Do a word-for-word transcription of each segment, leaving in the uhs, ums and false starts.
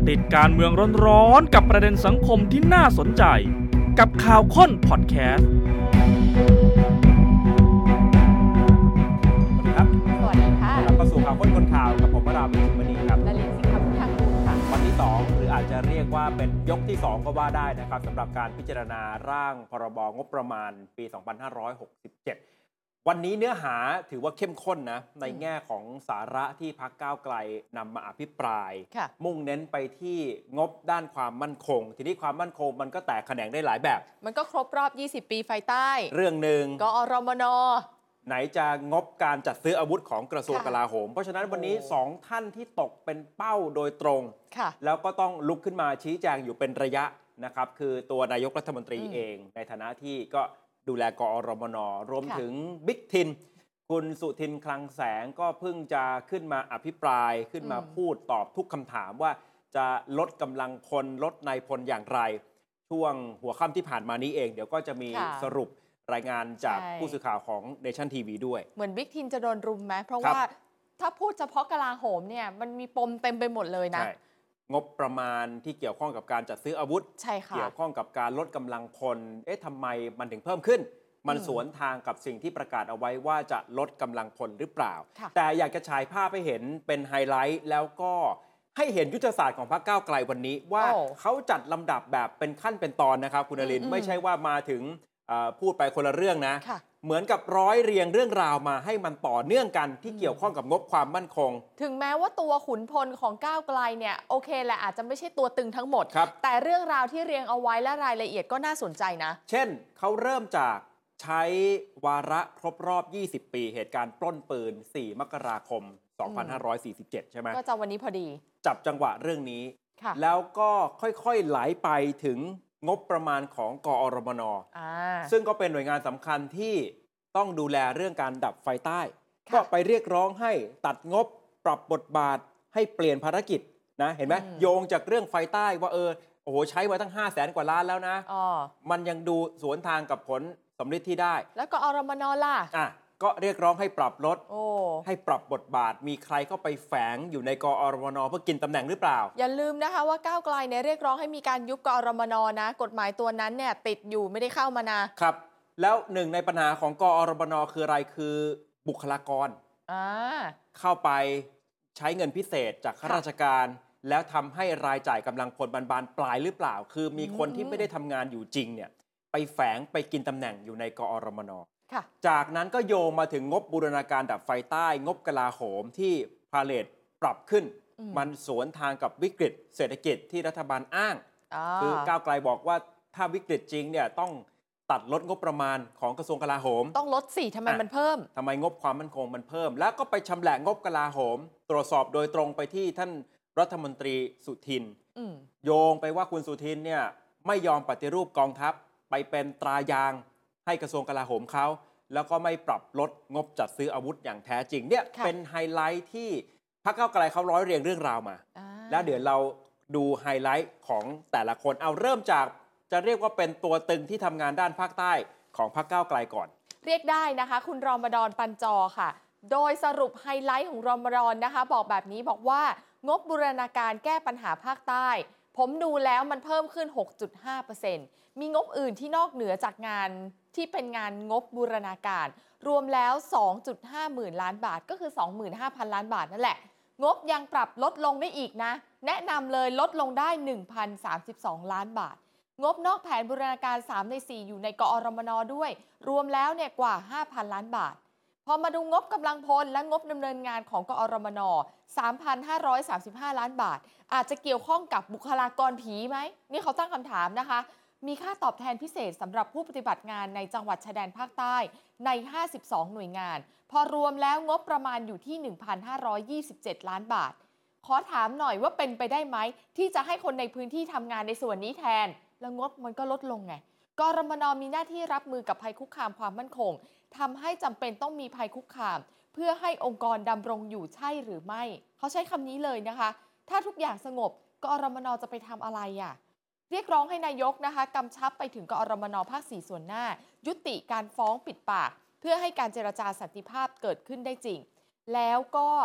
ติดการเมืองร้อนๆกับประเด็นสังคมที่น่าสนใจกับข่าวค้นพอดแคสต์สวัสดีครับสวัสดีค่ะกลับมาสู่ข่าวค้นคนข่าวกับผมวราวุฒิมณีครับและลินสิงห์พุทธากุลค่ะวันที่สองหรืออาจจะเรียกว่าเป็นยกที่สองก็ว่าได้นะครับสำหรับการพิจารณาร่างพรบงบประมาณปีสองพันห้าร้อยหกสิบเจ็ดวันนี้เนื้อหาถือว่าเข้มข้นนะในแง่ของสาระที่พรรคก้าวไกลนำมาอภิปรายมุ่งเน้นไปที่งบด้านความมั่นคงทีนี้ความมั่นคงมันก็แตกแขนงได้หลายแบบมันก็ครบรอบยี่สิบปีไฟใต้เรื่องหนึ่งกอรมนไหนจะงบการจัดซื้ออาวุธของกระทรวงกลาโหมเพราะฉะนั้นวันนี้สองท่านที่ตกเป็นเป้าโดยตรงแล้วก็ต้องลุกขึ้นมาชี้แจงอยู่เป็นระยะนะครับคือตัวนายกรัฐมนตรีเองในฐานะที่ก็ดูแลกอรมนรวมถึงบิ๊กทินคุณสุทินคลังแสงก็เพิ่งจะขึ้นมาอภิปรายขึ้นมาพูดตอบทุกคำถามว่าจะลดกำลังพลลดนายพลอย่างไรช่วงหัวค่ำที่ผ่านมานี้เองเดี๋ยวก็จะมีสรุปรายงานจากผู้สื่อข่าวของ Nation ที วี ด้วยเหมือนบิ๊กทินจะโดนรุมไหมเพราะว่าถ้าพูดเฉพาะกลาโหมเนี่ยมันมีปมเต็มไปหมดเลยนะงบประมาณที่เกี่ยวข้องกับการจัดซื้ออาวุธเกี่ยวข้องกับการลดกำลังพลเอ๊ะทำไมมันถึงเพิ่มขึ้นมันสวนทางกับสิ่งที่ประกาศเอาไว้ว่าจะลดกำลังพลหรือเปล่าแต่อยากจะฉายภาพให้เห็นเป็นไฮไลท์แล้วก็ให้เห็นยุทธศาสตร์ของพรรคก้าวไกลวันนี้ว่าเขาจัดลำดับแบบเป็นขั้นเป็นตอนนะครับคุณนรินทร์ไม่ใช่ว่ามาถึงพูดไปคนละเรื่องนะเหมือนกับร้อยเรียงเรื่องราวมาให้มันต่อเนื่องกันที่เกี่ยวข้องกับงบความมั่นคงถึงแม้ว่าตัวขุนพลของก้าวไกลเนี่ยโอเคแหละอาจจะไม่ใช่ตัวตึงทั้งหมดแต่เรื่องราวที่เรียงเอาไว้และรายละเอียดก็น่าสนใจนะเช่นเขาเริ่มจากใช้วาระครบรอบยี่สิบปีเหตุการณ์ปล้นปืนสี่มกราคมสองพันห้าร้อยสี่สิบเจ็ดใช่ไหมก็จะวันนี้พอดีจับจังหวะเรื่องนี้แล้วก็ค่อยๆไหลไปถึงงบประมาณของกอรมนซึ่งก็เป็นหน่วยงานสำคัญที่ต้องดูแลเรื่องการดับไฟใต้ก็ไปเรียกร้องให้ตัดงบปรับบทบาทให้เปลี่ยนภารกิจนะเห็นไหมโยงจากเรื่องไฟใต้ว่าเออโอ้โหใช้มาตั้งห้าแสนกว่าล้านแล้วนะมันยังดูสวนทางกับผลสำลิดที่ได้แล้วก็อรมนล่ะอ่ะก็เรียกร้องให้ปรับลดให้ปรับบทบาทมีใครเข้าไปแฝงอยู่ในกอรมนเพื่อกินตำแหน่งหรือเปล่าอย่าลืมนะคะว่าก้าวไกลเนี่ยเรียกร้องให้มีการยุบกอรมนนะกฎหมายตัวนั้นเนี่ยติดอยู่ไม่ได้เข้ามานะครับแล้วหนึ่งในปัญหาของกอรมนคืออะไรคือบุคลากรเข้าไปใช้เงินพิเศษจากข้าราชการแล้วทำให้รายจ่ายกำลังพลบานปลายหรือเปล่าคือมีคนที่ไม่ได้ทำงานอยู่จริงเนี่ยไปแฝงไปกินตำแหน่งอยู่ในกอรมนจากนั้นก็โยงมาถึงงบบูรณาการดับไฟใต้งบกลาโหมที่พาเลทปรับขึ้นมันสวนทางกับวิกฤตเศรษฐกิจที่รัฐบาลอ้างคือก้าวไกลบอกว่าถ้าวิกฤตจริงเนี่ยต้องตัดลดงบประมาณของกระทรวงกลาโหมต้องลดสิทำไมมันเพิ่มทำไมงบความมั่นคงมันเพิ่มแล้วก็ไปชำแหละงบกลาโหมตรวจสอบโดยตรงไปที่ท่านรัฐมนตรีสุทินโยงไปว่าคุณสุทินเนี่ยไม่ยอมปฏิรูปกองทัพไปเป็นตรายางให้กระทรวงกลาโหมเขาแล้วก็ไม่ปรับลดงบจัดซื้ออาวุธอย่างแท้จริงเนี่ยเป็นไฮไลท์ที่พรรคก้าวไกลเขาร้อยเรียงเรื่องราวมาแล้วเดี๋ยวเราดูไฮไลท์ของแต่ละคนเอาเริ่มจากจะเรียกว่าเป็นตัวตึงที่ทำงานด้านภาคใต้ของพรรคก้าวไกลก่อนเรียกได้นะคะคุณรอมฎอนปันจอค่ะโดยสรุปไฮไลท์ของรอมฎอนนะคะบอกแบบนี้บอกว่างบบูรณาการแก้ปัญหาภาคใต้ผมดูแล้วมันเพิ่มขึ้น หกจุดห้าเปอร์เซ็นต์ มีงบอื่นที่นอกเหนือจากงานที่เป็นงานงบบูรณาการรวมแล้ว สองจุดห้า หมื่นล้านบาทก็คือ สองหมื่นห้าพัน ล้านบาทนั่นแหละงบยังปรับลดลงได้อีกนะแนะนำเลยลดลงได้ หนึ่งพันสามสิบสอง ล้านบาทงบนอกแผนบูรณาการสามในสี่อยู่ในกอรมนด้วยรวมแล้วเนี่ยกว่า ห้าพัน ล้านบาทพอมาดูงบกำลังพลและงบดำเนินงานของกอรมน สามพันห้าร้อยสามสิบห้า ล้านบาทอาจจะเกี่ยวข้องกับบุคลากรผีไหมนี่เขาตั้งคำถามนะคะมีค่าตอบแทนพิเศษสำหรับผู้ปฏิบัติงานในจังหวัดชายแดนภาคใต้ในห้าสิบสองหน่วยงานพอรวมแล้วงบประมาณอยู่ที่ หนึ่งพันห้าร้อยยี่สิบเจ็ด ล้านบาทขอถามหน่อยว่าเป็นไปได้ไหมที่จะให้คนในพื้นที่ทำงานในส่วนนี้แทนแล้วงบมันก็ลดลงไงกรมน.มีหน้าที่รับมือกับภัยคุกคามความมั่นคงทำให้จำเป็นต้องมีภัยคุกคามเพื่อให้องค์กรดำรงอยู่ใช่หรือไม่เขาใช้คำนี้เลยนะคะถ้าทุกอย่างสงบกรมน.จะไปทำอะไรอ่ะเรียกร้องให้นายกนะคะกำชับไปถึงกอรมน.ภาคสี่ส่วนหน้ายุติการฟ้องปิดปากเพื่อให้การเจรจาสันติภาพเกิดขึ้นได้จริงแล้วก็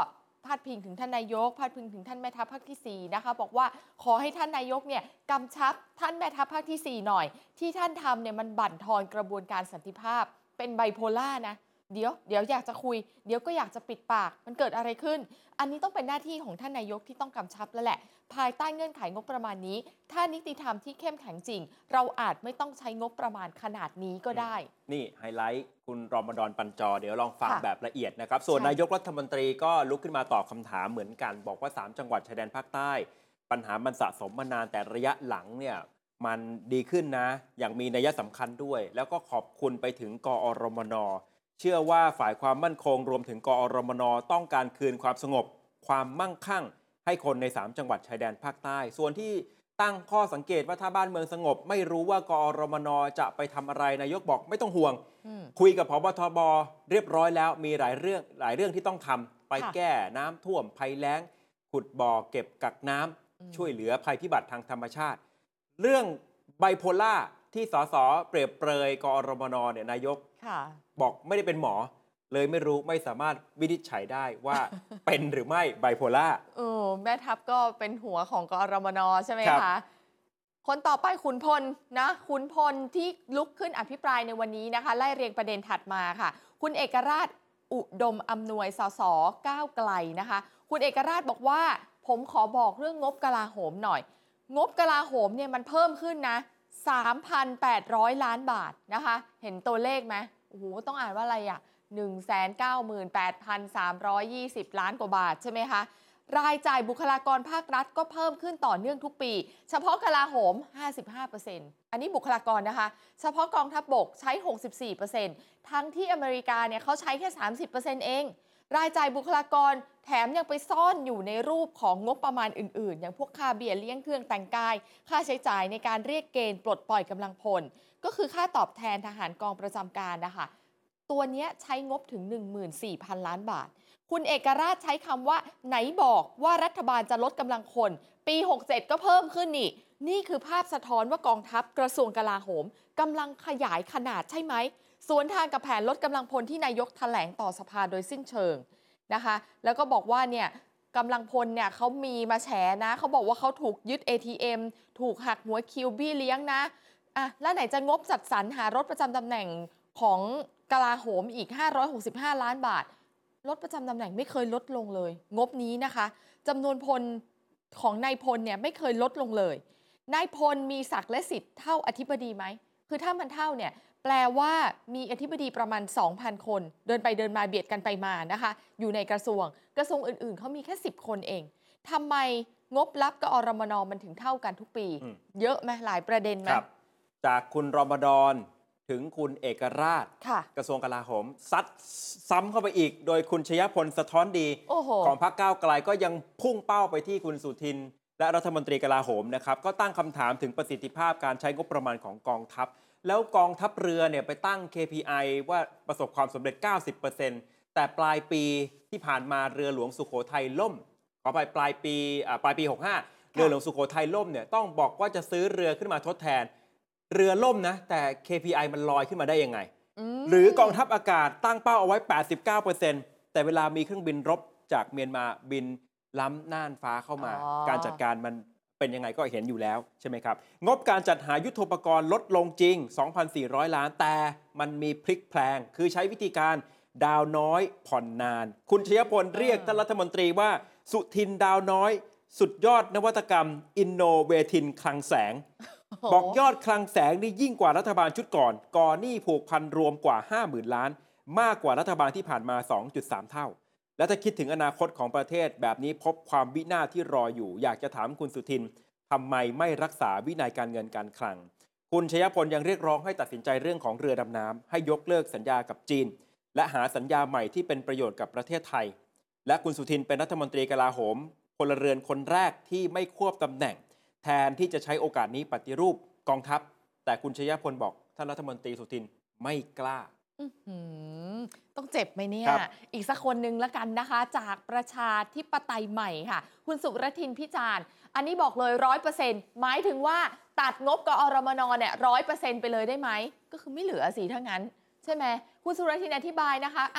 พาดพิงถึงท่านนายกพาดพิงถึงท่านแม่ทัพภาคที่สี่นะคะบอกว่าขอให้ท่านนายกเนี่ยกำชับท่านแม่ทัพภาคที่สี่หน่อยที่ท่านทำเนี่ยมันบั่นทอนกระบวนการสันติภาพเป็นไบโพล่านะเดี๋ยวเดี๋ยวอยากจะคุยเดี๋ยวก็อยากจะปิดปากมันเกิดอะไรขึ้นอันนี้ต้องเป็นหน้าที่ของท่านนายกที่ต้องกำชับแล้วแหละภายใต้เงื่อนไของบประมาณนี้ถ้านิติธรรมที่เข้มแข็งจริงเราอาจไม่ต้องใช้งบประมาณขนาดนี้ก็ได้นี่ไฮไลท์คุณรมฎอนปัญจอเดี๋ยวลองฟังค่ะแบบละเอียดนะครับส่วนใช่นายกรัฐมนตรีก็ลุกขึ้นมาตอบคำถามเหมือนกัน บอกว่าสามจังหวัดชายแดนภาคใต้ ปัญหามันสะสมมานานแต่ระยะหลังเนี่ยมันดีขึ้นนะอย่างมีนัยสำคัญด้วย แล้วก็ขอบคุณไปถึงกอรมนเชื่อว่าฝ่ายความมั่นคงรวมถึงกอรมนต้องการคืนความสงบความมั่งคั่งให้คนในสามจังหวัดชายแดนภาคใต้ส่วนที่ตั้งข้อสังเกตว่าถ้าบ้านเมืองสงบไม่รู้ว่ากอรมนจะไปทำอะไรนายกบอกไม่ต้องห่วงคุยกับผบทบเรียบร้อยแล้วมีหลายเรื่องหลายเรื่องที่ต้องทำไปแก้น้ำท่วมภัยแล้งขุดบ่อเก็บกักน้ำช่วยเหลือภัยพิบัติทางธรรมชาติเรื่องไบโพล่าที่สสเปรียบเปรยกอรมนเนี่ยนายกบอกไม่ได้เป็นหมอเลยไม่รู้ไม่สามารถวินิจฉัยได้ว่า เป็นหรือไม่ไบโพล่าเออแม่ทัพก็เป็นหัวของกอรมนใช่ไหมคะคนต่อไปขุนพลนะขุนพลที่ลุกขึ้นอภิปรายในวันนี้นะคะไล่เรียงประเด็นถัดมาค่ะคุณเอกราชอุดมอำนวยสสก้าวไกลนะคะคุณเอกราชบอกว่าผมขอบอกเรื่องงบกลาโหมหน่อยงบกลาโหมเนี่ยมันเพิ่มขึ้นนะ สามพันแปดร้อย ล้านบาทนะคะเห็นตัวเลขไหมโอ้โหต้องอ่านว่าอะไรอ่ะหนึ่งแสนเก้าหมื่นแปดพันสามร้อยยี่สิบ ล้านกว่าบาทใช่ไหมคะรายจ่ายบุคลากรภาครัฐก็เพิ่มขึ้นต่อเนื่องทุกปีเฉพาะกลาโหม ห้าสิบห้าเปอร์เซ็นต์ อันนี้บุคลากรนะคะเฉพาะกองทัพบกใช้ หกสิบสี่เปอร์เซ็นต์ ทั้งที่อเมริกาเนี่ยเขาใช้แค่ สามสิบเปอร์เซ็นต์ เองรายจ่ายบุคลากรแถมยังไปซ่อนอยู่ในรูปของงบประมาณอื่นๆอย่างพวกค่าเบี้ยเลี้ยงเครื่องแต่งกายค่าใช้จ่ายในการเรียกเกณฑ์ปลดปล่อยกำลังพลก็คือค่าตอบแทนทหารกองประจำการนะคะตัวนี้ใช้งบถึง หนึ่งหมื่นสี่พัน ล้านบาทคุณเอกราชใช้คำว่าไหนบอกว่ารัฐบาลจะลดกำลังคนปีหกสิบเจ็ดก็เพิ่มขึ้นนี่นี่คือภาพสะท้อนว่ากองทัพกระทรวงกลาโหมกำลังขยายขนาดใช่ไหมสวนทางกับแผนลดกำลังพลที่นายกแถลงต่อสภาโดยสิ้นเชิงนะคะแล้วก็บอกว่าเนี่ยกำลังพลเนี่ยเขามีมาแฉนะเขาบอกว่าเขาถูกยึด เอ ที เอ็ม ถูกหักหัวคิวบี้เลี้ยงนะอ่ะแล้วไหนจะงบจัดสรรหารถประจำตำแหน่งของกลาโหมอีกห้าร้อยหกสิบห้าล้านบาทรถประจำตำแหน่งไม่เคยลดลงเลยงบนี้นะคะจำนวนพลของนายพลเนี่ยไม่เคยลดลงเลยนายพลมีศักดิ์และสิทธิ์เท่าอธิบดีไหมคือถ้ามันเท่าเนี่ยแปลว่ามีอธิบดีประมาณ สองพัน คนเดินไปเดินมาเบียดกันไปมานะคะอยู่ในกระทรวงกระทรวงอื่นๆเขามีแค่สิบคนเองทำไมงบลับกับอรมนมันถึงเท่ากันทุกปีเยอะไหมหลายประเด็นไหมจากคุณรมฎอนถึงคุณเอกราชกระทรวงกลาโหมซัดซ้ำเข้าไปอีกโดยคุณชยพลสะท้อนดีของพรรคก้าวไกลก็ยังพุ่งเป้าไปที่คุณสุทินและรัฐมนตรีกลาโหมนะครับก็ตั้งคำถามถึงประสิทธิภาพการใช้งบประมาณของกองทัพแล้วกองทัพเรือเนี่ยไปตั้ง เค พี ไอ ว่าประสบความสำเร็จ เก้าสิบเปอร์เซ็นต์ แต่ปลายปีที่ผ่านมาเรือหลวงสุโขทัยล่มขอไปปลายปีปลายปีหกสิบห้าเรือหลวงสุโขทัยล่มเนี่ยต้องบอกว่าจะซื้อเรือขึ้นมาทดแทนเรือล่มนะแต่ เค พี ไอ มันลอยขึ้นมาได้ยังไงหรือกองทัพอากาศตั้งเป้าเอาไว้ แปดสิบเก้าเปอร์เซ็นต์ แต่เวลามีเครื่องบินรบจากเมียนมาบินล้ำน่านฟ้าเข้ามาการจัดการมันเป็นยังไงก็เห็นอยู่แล้วใช่ไหมครับงบการจัดหายุทโธปกรณ์ลดลงจริง สองพันสี่ร้อย ล้านแต่มันมีพลิกแพลงคือใช้วิธีการดาวน้อยผ่อนนานคุณชยพลเรียกท่านรัฐมนตรีว่าสุทินดาวน้อยสุดยอดนวัตกรรมอินโนเวทินคลังแสงบอกยอดคลังแสงนี่ยิ่งกว่ารัฐบาลชุดก่อนก่อหนี้ผูกพันรวมกว่า ห้าหมื่น ล้านมากกว่ารัฐบาลที่ผ่านมา สองจุดสาม เท่าและถ้าคิดถึงอนาคตของประเทศแบบนี้พบความวินาศที่รออยู่อยากจะถามคุณสุทินทำไมไม่รักษาวินัยการเงินการคลังคุณชยพลยังเรียกร้องให้ตัดสินใจเรื่องของเรือดำน้ำให้ยกเลิกสัญญากับจีนและหาสัญญาใหม่ที่เป็นประโยชน์กับประเทศไทยและคุณสุทินเป็นรัฐมนตรีกลาโหมพลเรือนคนแรกที่ไม่ควบตำแหน่งแทนที่จะใช้โอกาสนี้ปฏิรูปกองทัพแต่คุณชยพลบอกท่านรัฐมนตรีสุทินไม่กล้าต้องเจ็บไหมเนี่ยอีกสักคนนึงละกันนะคะจากประชาธิปไตยใหม่ค่ะคุณสุรทินพิจารณ์อันนี้บอกเลย ร้อยเปอร์เซ็นต์ หมายถึงว่าตัดงบกอรมนเนี่ย ร้อยเปอร์เซ็นต์ ไปเลยได้ไหมก็คือไม่เหลือสิถ้างั้นใช่ไหมคุณสุรทินอธิบายนะคะอ้าว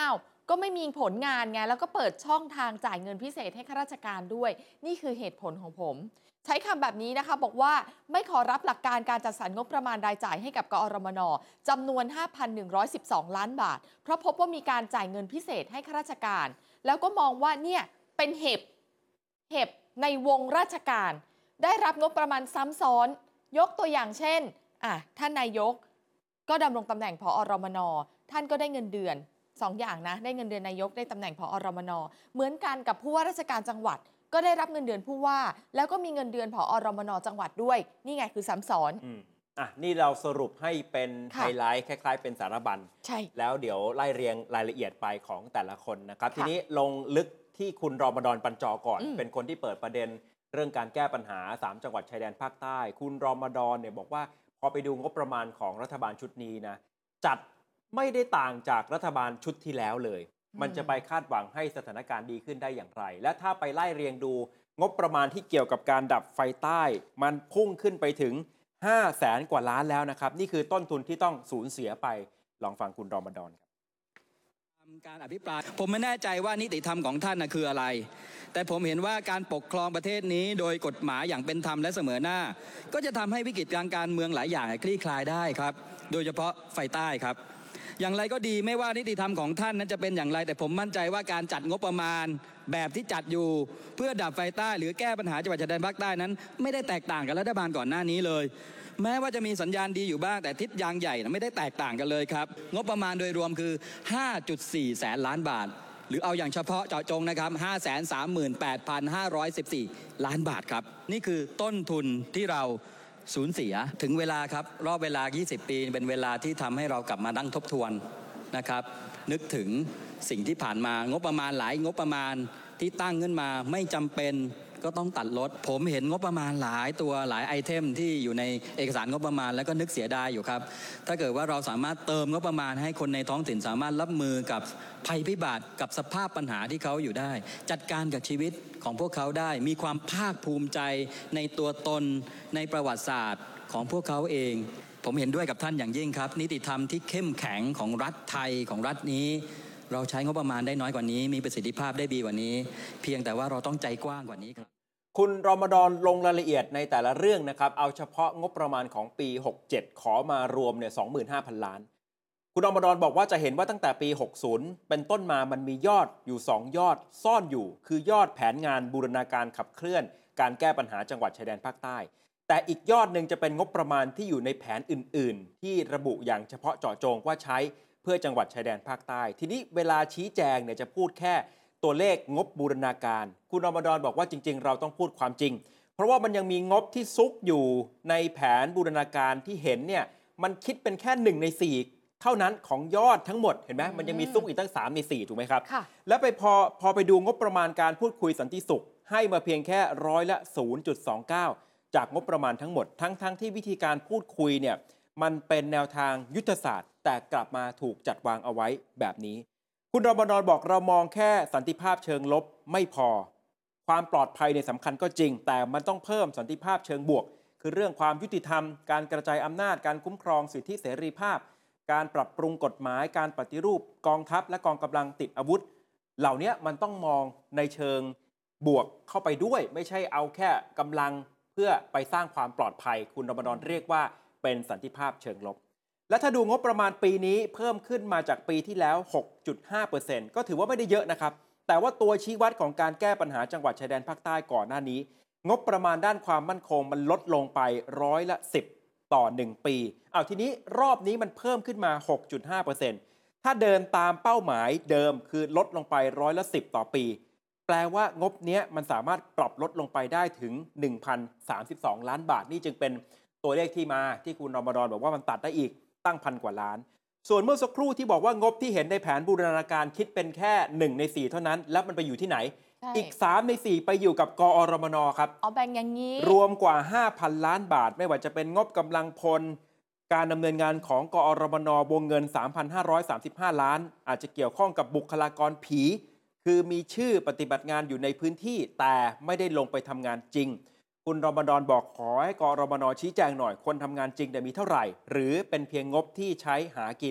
ก็ไม่มีผลงานไงแล้วก็เปิดช่องทางจ่ายเงินพิเศษให้ข้าราชการด้วยนี่คือเหตุผลของผมใช้คำแบบนี้นะคะบอกว่าไม่ขอรับหลักการการจัดสรรงบประมาณรายจ่ายให้กับกอรมนจำนวน ห้าพันหนึ่งร้อยสิบสอง ล้านบาทเพราะพบว่ามีการจ่ายเงินพิเศษให้ข้าราชการแล้วก็มองว่าเนี่ยเป็นเห็บเห็บในวงราชการได้รับงบประมาณซ้ำซ้อนยกตัวอย่างเช่นอ่ะท่านนายกก็ดำรงตำแหน่งผอรมนท่านก็ได้เงินเดือนสองอย่างนะได้เงินเดือนนายกได้ตำแหน่งผอรมนเหมือนกันกับผู้ว่าราชการจังหวัดก็ได้รับเงินเดือนผู้ว่าแล้วก็มีเงินเดือนผอรมนจังหวัดด้วยนี่ไงคือซ้ำซ้อนอืมอ่ะนี่เราสรุปให้เป็นไฮไลท์คล้ายๆเป็นสารบัญใช่แล้วเดี๋ยวไล่เรียงรายละเอียดไปของแต่ละคนนะครับทีนี้ลงลึกที่คุณรมฎอนปัญจอก่อนเป็นคนที่เปิดประเด็นเรื่องการแก้ปัญหาสามจังหวัดชายแดนภาคใต้คุณรมฎอนเนี่ยบอกว่าพอไปดูงบประมาณของรัฐบาลชุดนี้นะจัดไม่ได้ต่างจากรัฐบาลชุดที่แล้วเลยมันจะไปคาดหวังให้สถานการณ์ดีขึ้นได้อย่างไรและถ้าไปไล่เรียงดูงบประมาณที่เกี่ยวกับการดับไฟใต้มันพุ่งขึ้นไปถึงห้าแสนกว่าล้านแล้วนะครับนี่คือต้นทุนที่ต้องสูญเสียไปลองฟังคุณรมฎอนครับการอภิปรายผมไม่แน่ใจว่านิติธรรมของท่านนะคืออะไรแต่ผมเห็นว่าการปกครองประเทศนี้โดยกฎหมายอย่างเป็นธรรมและเสมอหน้าก็จะทำให้วิกฤตทางการเมืองหลายอย่างคลี่คลายได้ครับโดยเฉพาะไฟใต้ครับอย่างไรก็ดีไม่ว่านิติธรรมของท่านนั้นจะเป็นอย่างไรแต่ผมมั่นใจว่าการจัดงบประมาณแบบที่จัดอยู่เพื่อดับไฟใต้หรือแก้ปัญหาจังหวัดชายแดนภาคใต้นั้นไม่ได้แตกต่างกับรัฐบาลก่อนหน้านี้เลยแม้ว่าจะมีสัญญาณดีอยู่บ้างแต่ทิศทางใหญ่ไม่ได้แตกต่างกันเลยครับงบประมาณโดยรวมคือ ห้าจุดสี่ แสนล้านบาทหรือเอาอย่างเฉพาะเจาะจงนะครับ ห้าแสนสามหมื่นแปดพันห้าร้อยสิบสี่ ล้านบาทครับนี่คือต้นทุนที่เราสูญเสียถึงเวลาครับรอบเวลายี่สิบปีเป็นเวลาที่ทำให้เรากลับมานั่งทบทวนนะครับนึกถึงสิ่งที่ผ่านมางบประมาณหลายงบประมาณที่ตั้งขึ้นมาไม่จำเป็นก็ต้องตัดลดผมเห็นงบประมาณหลายตัวหลายไอเทมที่อยู่ในเอกสารงบประมาณแล้วก็นึกเสียดายอยู่ครับถ้าเกิดว่าเราสามารถเติมงบประมาณให้คนในท้องถิ่นสามารถรับมือกับภัยพิบัติกับสภาพปัญหาที่เขาอยู่ได้จัดการกับชีวิตของพวกเขาได้มีความภาคภูมิใจในตัวตนในประวัติศาสตร์ของพวกเขาเองผมเห็นด้วยกับท่านอย่างยิ่งครับนิติธรรมที่เข้มแข็งของรัฐไทยของรัฐนี้เราใช้งบประมาณได้น้อยกว่านี้มีประสิทธิภาพได้ดีกว่านี้เพียงแต่ว่าเราต้องใจกว้างกว่านี้ครับคุณรมฎอนลงรายละเอียดในแต่ละเรื่องนะครับเอาเฉพาะงบประมาณของปีหกสิบเจ็ดขอมารวมเนี่ย สองหมื่นห้าพัน ล้านคุณรมฎอนบอกว่าจะเห็นว่าตั้งแต่ปีหกสิบเป็นต้นมามันมียอดอยู่สองยอดซ่อนอยู่คือยอดแผนงานบูรณาการขับเคลื่อนการแก้ปัญหาจังหวัดชายแดนภาคใต้แต่อีกยอดหนึ่งจะเป็นงบประมาณที่อยู่ในแผนอื่นๆที่ระบุอย่างเฉพาะเจาะจงว่าใช้เพื่อจังหวัดชายแดนภาคใต้ทีนี้เวลาชี้แจงเนี่ยจะพูดแค่ตัวเลขงบบูรณาการคุณรมฎอนบอกว่าจริงๆเราต้องพูดความจริงเพราะว่ามันยังมีงบที่ซุกอยู่ในแผนบูรณาการที่เห็นเนี่ยมันคิดเป็นแค่หนึ่งในสี่เท่านั้นของยอดทั้งหมดเห็นไหมมันยังมีซุกอีกตั้งสามในสี่ถูกไหมครับแล้วไปพอพอไปดูงบประมาณการพูดคุยสันติสุขให้มาเพียงแค่ร้อยละ ศูนย์จุดสองเก้า จากงบประมาณทั้งหมดทั้งทั้งที่วิธีการพูดคุยเนี่ยมันเป็นแนวทางยุทธศาสตร์แต่กลับมาถูกจัดวางเอาไว้แบบนี้คุณรมฎอนบอกเรามองแค่สันติภาพเชิงลบไม่พอความปลอดภัยในสำคัญก็จริงแต่มันต้องเพิ่มสันติภาพเชิงบวกคือเรื่องความยุติธรรมการกระจายอำนาจการคุ้มครองสิทธิเสรีภาพการปรับปรุงกฎหมายการปฏิรูปกองทัพและกองกำลังติดอาวุธเหล่านี้มันต้องมองในเชิงบวกเข้าไปด้วยไม่ใช่เอาแค่กำลังเพื่อไปสร้างความปลอดภัยคุณรมฎอนเรียกว่าเป็นสันติภาพเชิงลบและถ้าดูงบประมาณปีนี้เพิ่มขึ้นมาจากปีที่แล้ว หกจุดห้าเปอร์เซ็นต์ ก็ถือว่าไม่ได้เยอะนะครับแต่ว่าตัวชี้วัดของการแก้ปัญหาจังหวัดชายแดนภาคใต้ก่อนหน้านี้งบประมาณด้านความมั่นคงมันลดลงไปร้อยละสิบต่อหนึ่งปีเอาทีนี้รอบนี้มันเพิ่มขึ้นมา หกจุดห้าเปอร์เซ็นต์ ถ้าเดินตามเป้าหมายเดิมคือลดลงไปร้อยละสิบต่อปีแปลว่างบนี้มันสามารถปรับลดลงไปได้ถึง หนึ่งพันสามสิบสอง ล้านบาทนี่จึงเป็นตัวเลขที่มาที่คุณรมฎอนบอกว่ามันตัดได้อีกตั้งพันกว่าล้านส่วนเมื่อสักครู่ที่บอกว่างบที่เห็นในแผนบูรณาการคิดเป็นแค่หนึ่งในสี่เท่านั้นแล้วมันไปอยู่ที่ไหนอีกสามในสี่ไปอยู่กับกอรมนครับเอาแบ่งอย่างนี้รวมกว่า ห้าพัน ล้านบาทไม่ว่าจะเป็นงบกำลังพลการดำเนินงานของกอรมนวงเงิน สามพันห้าร้อยสามสิบห้า ล้านอาจจะเกี่ยวข้องกับบุคลากรผีคือมีชื่อปฏิบัติงานอยู่ในพื้นที่แต่ไม่ได้ลงไปทำงานจริงคุณรมฎอนบอกขอให้กรมนชี้แจงหน่อยคนทำงานจริงแต่มีเท่าไหร่หรือเป็นเพียงงบที่ใช้หากิน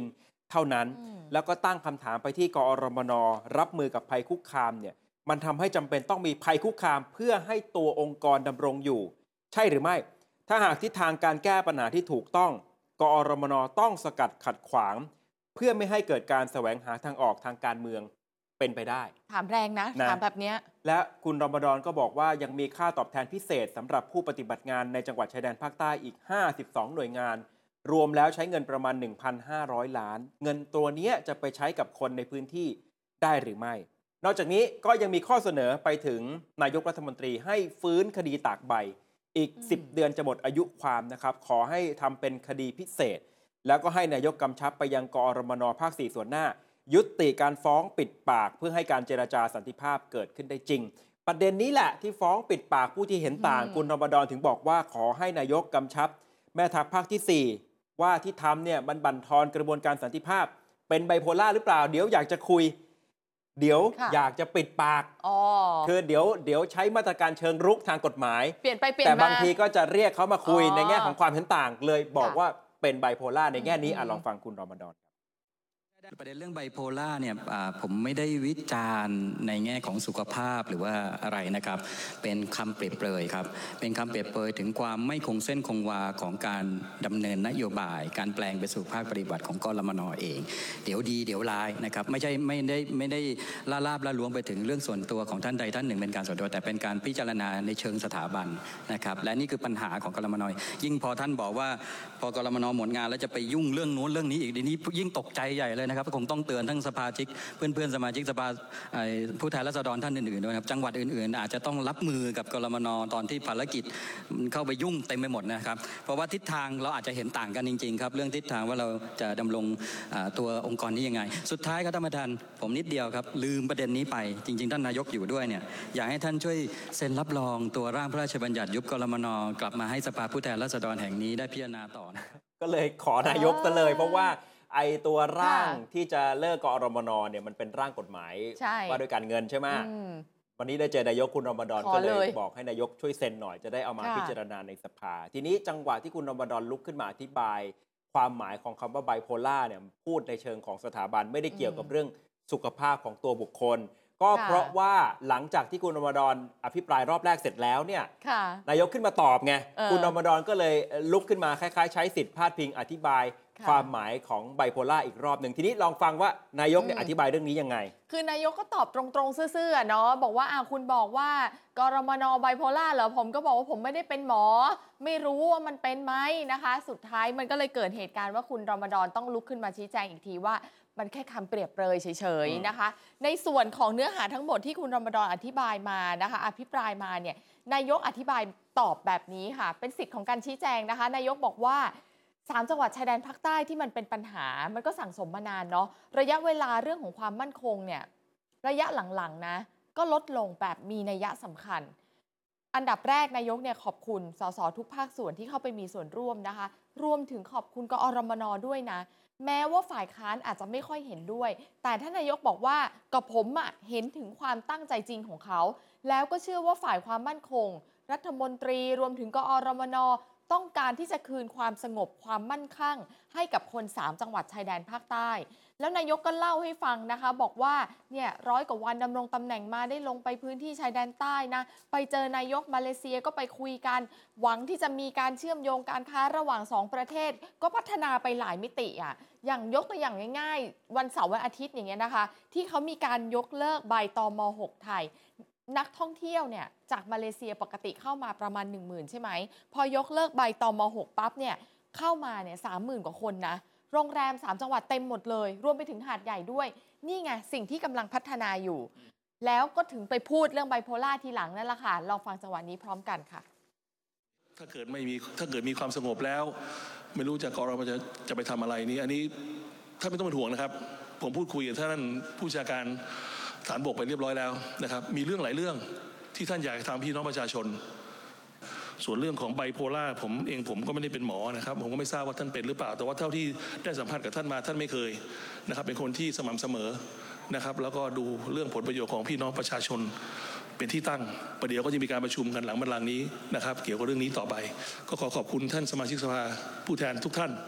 เท่านั้นแล้วก็ตั้งคำถามไปที่กอรมนรับมือกับภัยคุกคามเนี่ยมันทำให้จำเป็นต้องมีภัยคุกคามเพื่อให้ตัวองค์กรดำรงอยู่ใช่หรือไม่ถ้าหากทิศทางการแก้ปัญหาที่ถูกต้องกอรมนต้องสกัดขัดขวางเพื่อไม่ให้เกิดการแสวงหาทางออกทางการเมืองเป็นไปได้ถามแรงนะถามแบบนี้และคุณรมฎอนก็บอกว่ายังมีค่าตอบแทนพิเศษสำหรับผู้ปฏิบัติงานในจังหวัดชายแดนภาคใต้อีกห้าสิบสองหน่วยงานรวมแล้วใช้เงินประมาณ หนึ่งพันห้าร้อย ล้านเงินตัวนี้จะไปใช้กับคนในพื้นที่ได้หรือไม่นอกจากนี้ก็ยังมีข้อเสนอไปถึงนายกรัฐมนตรีให้ฟื้นคดีตากใบอีกสิบเดือนจะหมดอายุความนะครับขอให้ทำเป็นคดีพิเศษแล้วก็ให้นายกกำชับไปยังกอรมนภาคสี่ส่วนหน้ายุติการฟ้องปิดปากเพื่อให้การเจรจาสันติภาพเกิดขึ้นได้จริงประเด็นนี้แหละที่ฟ้องปิดปากผู้ที่เห็นต่างคุณรมฎอนถึงบอกว่าขอให้นายกกำชับแม่ทัพภาคที่สี่ว่าที่ทำเนี่ยมันบั่นทอนกระบวนการสันติภาพเป็นไบโพล่าหรือเปล่าเดี๋ยวอยากจะคุยเดี๋ยวอยากจะปิดปากคือเดี๋ยวเดี๋ยวใช้มาตรการเชิงรุกทางกฎหมายเปลี่ยนไปเปลี่ยนมาแต่บางทีก็จะเรียกเขามาคุยในแง่ของความเห็นต่างเลยบอกว่าเป็นไบโพล่าในแง่นี้อ่ะลองฟังคุณรมฎอนประเด็นเรื่องไบโพล่าเนี่ยผมไม่ได้วิจารณ์ในแง่ของสุขภาพหรือว่าอะไรนะครับเป็นคำเปรียบเปรยครับเป็นคำเปรียบเปรยถึงความไม่คงเส้นคงวาของการดำเนินนโยบายการแปลงไปสู่ภาคปฏิบัติของกรมน.เองเดี๋ยวดีเดี๋ยวร้ายนะครับไม่ใช่ไม่ได้ไม่ได้ล่าลาบล่าล้วงไปถึงเรื่องส่วนตัวของท่านใดท่านหนึ่งเป็นการส่วนตัวแต่เป็นการพิจารณาในเชิงสถาบันนะครับและนี่คือปัญหาของกรมน.ยิ่งพอท่านบอกว่าพอกรมน.หมดงานแล้วจะไปยุ่งเรื่องโน้นเรื่องนี้อีกทีนี้ยิ่งตกใจใหญ่เลยนะครับคงต้องเตือนทั้งสภาชิกเพื่อนๆสมาชิกสภาผู้แทนราษฎรท่านอื่นๆด้วยครับจังหวัดอื่นๆอาจจะต้องรับมือกับกรมน.ตอนที่ภารกิจเข้าไปยุ่งเต็มไปหมดนะครับเพราะว่าทิศทางเราอาจจะเห็นต่างกันจริงๆครับเรื่องทิศทางว่าเราจะดำรงตัวองค์กรนี้ยังไงสุดท้ายครับท่านประธานผมนิดเดียวครับลืมประเด็นนี้ไปจริงๆท่านนายกอยู่ด้วยเนี่ยอยากให้ท่านช่วยเซ็นรับรองตัวร่างพระราชบัญญัติยุบกรมน.กลับมาให้สภาผู้แทนราษฎรแห่งนี้ได้พิจารณาต่อก็เลยขอนายกซะเลยเพราะว่าไอตัวร่างที่จะเลิกกอรมนเนี่ยมันเป็นร่างกฎหมายว่าด้วยการเงินใช่ไหมวันนี้ได้เจอนายกคุณรมฎอนก็เลยบอกให้นายกช่วยเซ็นหน่อยจะได้เอามาพิจารณาในสภาทีนี้จังหวะที่คุณรมฎอนลุกขึ้นมาอธิบายความหมายของคำว่าไบโพล่าเนี่ยพูดในเชิงของสถาบันไม่ได้เกี่ยวกับเรื่องสุขภาพของตัวบุคคลก็เพราะว่าหลังจากที่คุณรมฎอนอภิปรายรอบแรกเสร็จแล้วเนี่ยนายกขึ้นมาตอบไงคุณรมฎอนก็เลยลุกขึ้นมาคล้ายๆใช้สิทธิ์พาดพิงอธิบายความหมายของไบโพล่าอีกรอบหนึ่งทีนี้ลองฟังว่านายกเนี่ยอธิบายเรื่องนี้ยังไงคือนายกก็ตอบตรงๆซื่อๆเนาะบอกว่าอ่าคุณบอกว่ากรมนไบโพล่าเหรอผมก็บอกว่าผมไม่ได้เป็นหมอไม่รู้ว่ามันเป็นไหมนะคะสุดท้ายมันก็เลยเกิดเหตุการณ์ว่าคุณรมฎอนต้องลุกขึ้นมาชี้แจงอีกทีว่ามันแค่คำเปรียบเปรยเฉยๆนะคะในส่วนของเนื้อหาทั้งหมดที่คุณรมฎอนอธิบายมานะคะอภิปรายมาเนี่ยนายกอธิบายตอบแบบนี้ค่ะเป็นสิทธิ์ของการชี้แจงนะคะนายกบอกว่าสามจังหวัดชายแดนภาคใต้ที่มันเป็นปัญหามันก็สั่งสมมานานเนาะระยะเวลาเรื่องของความมั่นคงเนี่ยระยะหลังๆนะก็ลดลงแบบมีนัยสำคัญอันดับแรกนายกเนี่ยขอบคุณสสทุกภาคส่วนที่เข้าไปมีส่วนร่วมนะคะรวมถึงขอบคุณกอรมนด้วยนะแม้ว่าฝ่ายค้านอาจจะไม่ค่อยเห็นด้วยแต่ท่านนายกบอกว่ากับผมอะเห็นถึงความตั้งใจจริงของเขาแล้วก็เชื่อว่าฝ่ายความมั่นคงรัฐมนตรีรวมถึงกอรมนต้องการที่จะคืนความสงบความมั่นคงให้กับคนสามจังหวัดชายแดนภาคใต้แล้วนายกก็เล่าให้ฟังนะคะบอกว่าเนี่ยร้อยกว่าวันดำรงตำแหน่งมาได้ลงไปพื้นที่ชายแดนใต้นะไปเจอนายกมาเลเซียก็ไปคุยกันหวังที่จะมีการเชื่อมโยงการค้าระหว่างสองประเทศก็พัฒนาไปหลายมิติอ่ะอย่างยกตัวอย่างง่ายๆวันเสาร์วันอาทิตย์อย่างเงี้ยนะคะที่เขามีการยกเลิกใบตม.หกไทยนักท่องเที่ยวเนี่ยจากมาเลเซียปกติเข้ามาประมาณ หนึ่งหมื่น ใช่ไหมพอยกเลิกใบตม.หกปั๊บเนี่ยเข้ามาเนี่ย สามหมื่น กว่าคนนะโรงแรมสามจังหวัดเต็มหมดเลยรวมไปถึงหาดใหญ่ด้วยนี่ไงสิ่งที่กำลังพัฒนาอยู่แล้วก็ถึงไปพูดเรื่องไบโพล่าทีหลังนั่นแหละค่ะลองฟังจังหวะนี้พร้อมกันค่ะถ้าเกิดไม่มีถ้าเกิดมีความสงบแล้วไม่รู้จะกรมจะจะไปทำอะไรนี้อันนี้ท่านไม่ต้องเป็นห่วงนะครับผมพูดคุยกับท่านผู้บัญชาการฐานบกไปเรียบร้อยแล้วนะครับมีเรื่องหลายเรื่องที่ท่านอยากทำพี่น้องประชาชนส่วนเรื่องของไบโพล่าผมเองผมก็ไม่ได้เป็นหมอนะครับผมก็ไม่ทราบว่าท่านเป็นหรือเปล่าแต่ว่าเท่าที่ได้สัมภาษณ์กับท่านมาท่านไม่เคยนะครับเป็นคนที่สม่ำเสมอนะครับแล้วก็ดูเรื่องผลประโยชน์ของพี่น้องประชาชนเป็นที่ตั้งประเดี๋ยวก็จะมีการประชุมกันหลังบัลลังก์นี้นะครับเกี่ยวกับเรื่องนี้ต่อไปก็ขอขอบคุณท่านสมาชิกสภาผู้แทนทุกท่าน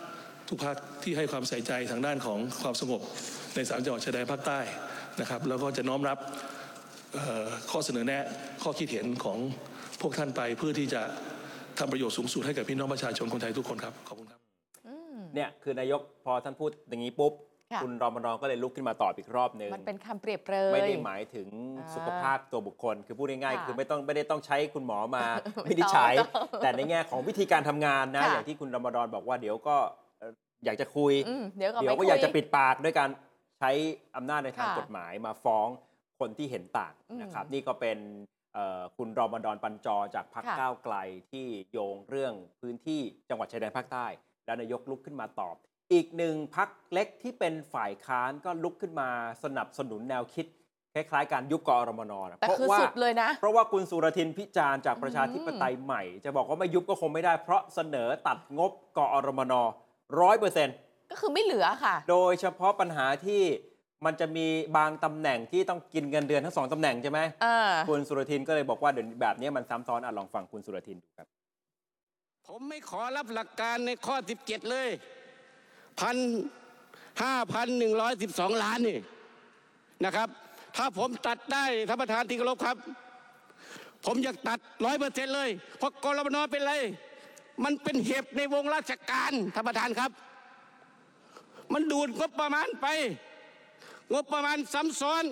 ทุกภาคที่ให้ความใส่ใจทางด้านของความสงบในสามจังหวัดชายแดนภาคใต้นะครับแล้วก็จะน้อมรับข้อเสนอแนะข้อคิดเห็นของพวกท่านไปเพื่อที่จะทำประโยชน์สูงสุดให้กับพี่น้องประชาชนคนไทยทุกคนครับขอบคุณครับเนี่ยคือนายกพอท่านพูดอย่างนี้ปุ๊บคุณรมนก็เลยลุกขึ้นมาตอบอีกรอบนึงมันเป็นคำเปรียบเปรยไม่ได้หมายถึงสุขภาพตัวบุคคลคือพูดง่ายๆคือไม่ต้องไม่ได้ต้องใช้คุณหมอมาวินิจฉัยแต่ในแง่ของวิธีการทำงานนะอย่างที่คุณรมนบอกว่าเดี๋ยวก็อยากจะคุยเดี๋ยวเดี๋ยวก็อยากจะปิดปากด้วยการใช้อำนาจในทางกฎหมายมาฟ้องคนที่เห็นต่างนะครับนี่ก็เป็นคุณรมนปัญจอจากพรรคก้าวไกลที่โยงเรื่องพื้นที่จังหวัดชายแดนภาคใต้แล้วนายกลุกขึ้นมาตอบอีกหนึ่งพรรคเล็กที่เป็นฝ่ายค้านก็ลุกขึ้นมาสนับสนุนแนวคิดคล้ายๆการยุบกอรมนนะเพราะว่าเพราะว่าคุณสุรทินพิจารณ์จากประชาธิปไตยใหม่จะบอกว่าไม่ยุบก็คงไม่ได้เพราะเสนอตัดงบกอรมนร้อยเปอร์เซ็นต์ก็คือไม่เหลือค่ะโดยเฉพาะปัญหาที่มันจะมีบางตำแหน่งที่ต้องกินเงินเดือนทั้งสองตำแหน่งใช่ไหมคุณสุรทินก็เลยบอกว่าเดี๋ยวแบบนี้มันซ้ำซ้อนอ่ะลองฟังคุณสุรทินดูครับผมไม่ขอรับหลักการในข้อสิบเจ็ดเลยพันห้าพันหนึ่งร้อยสิบสองล้านนี่นะครับถ้าผมตัดได้ท่านประธานที่เคารพครับผมอยากตัดร้อยเปอร์เซ็นต์เลยเพราะกรมนเป็นไรมันเป็นเห็บในวงราชการท่านประธานครับมันดูดงบประมาณไปงบประมาณซ้ำซ้อน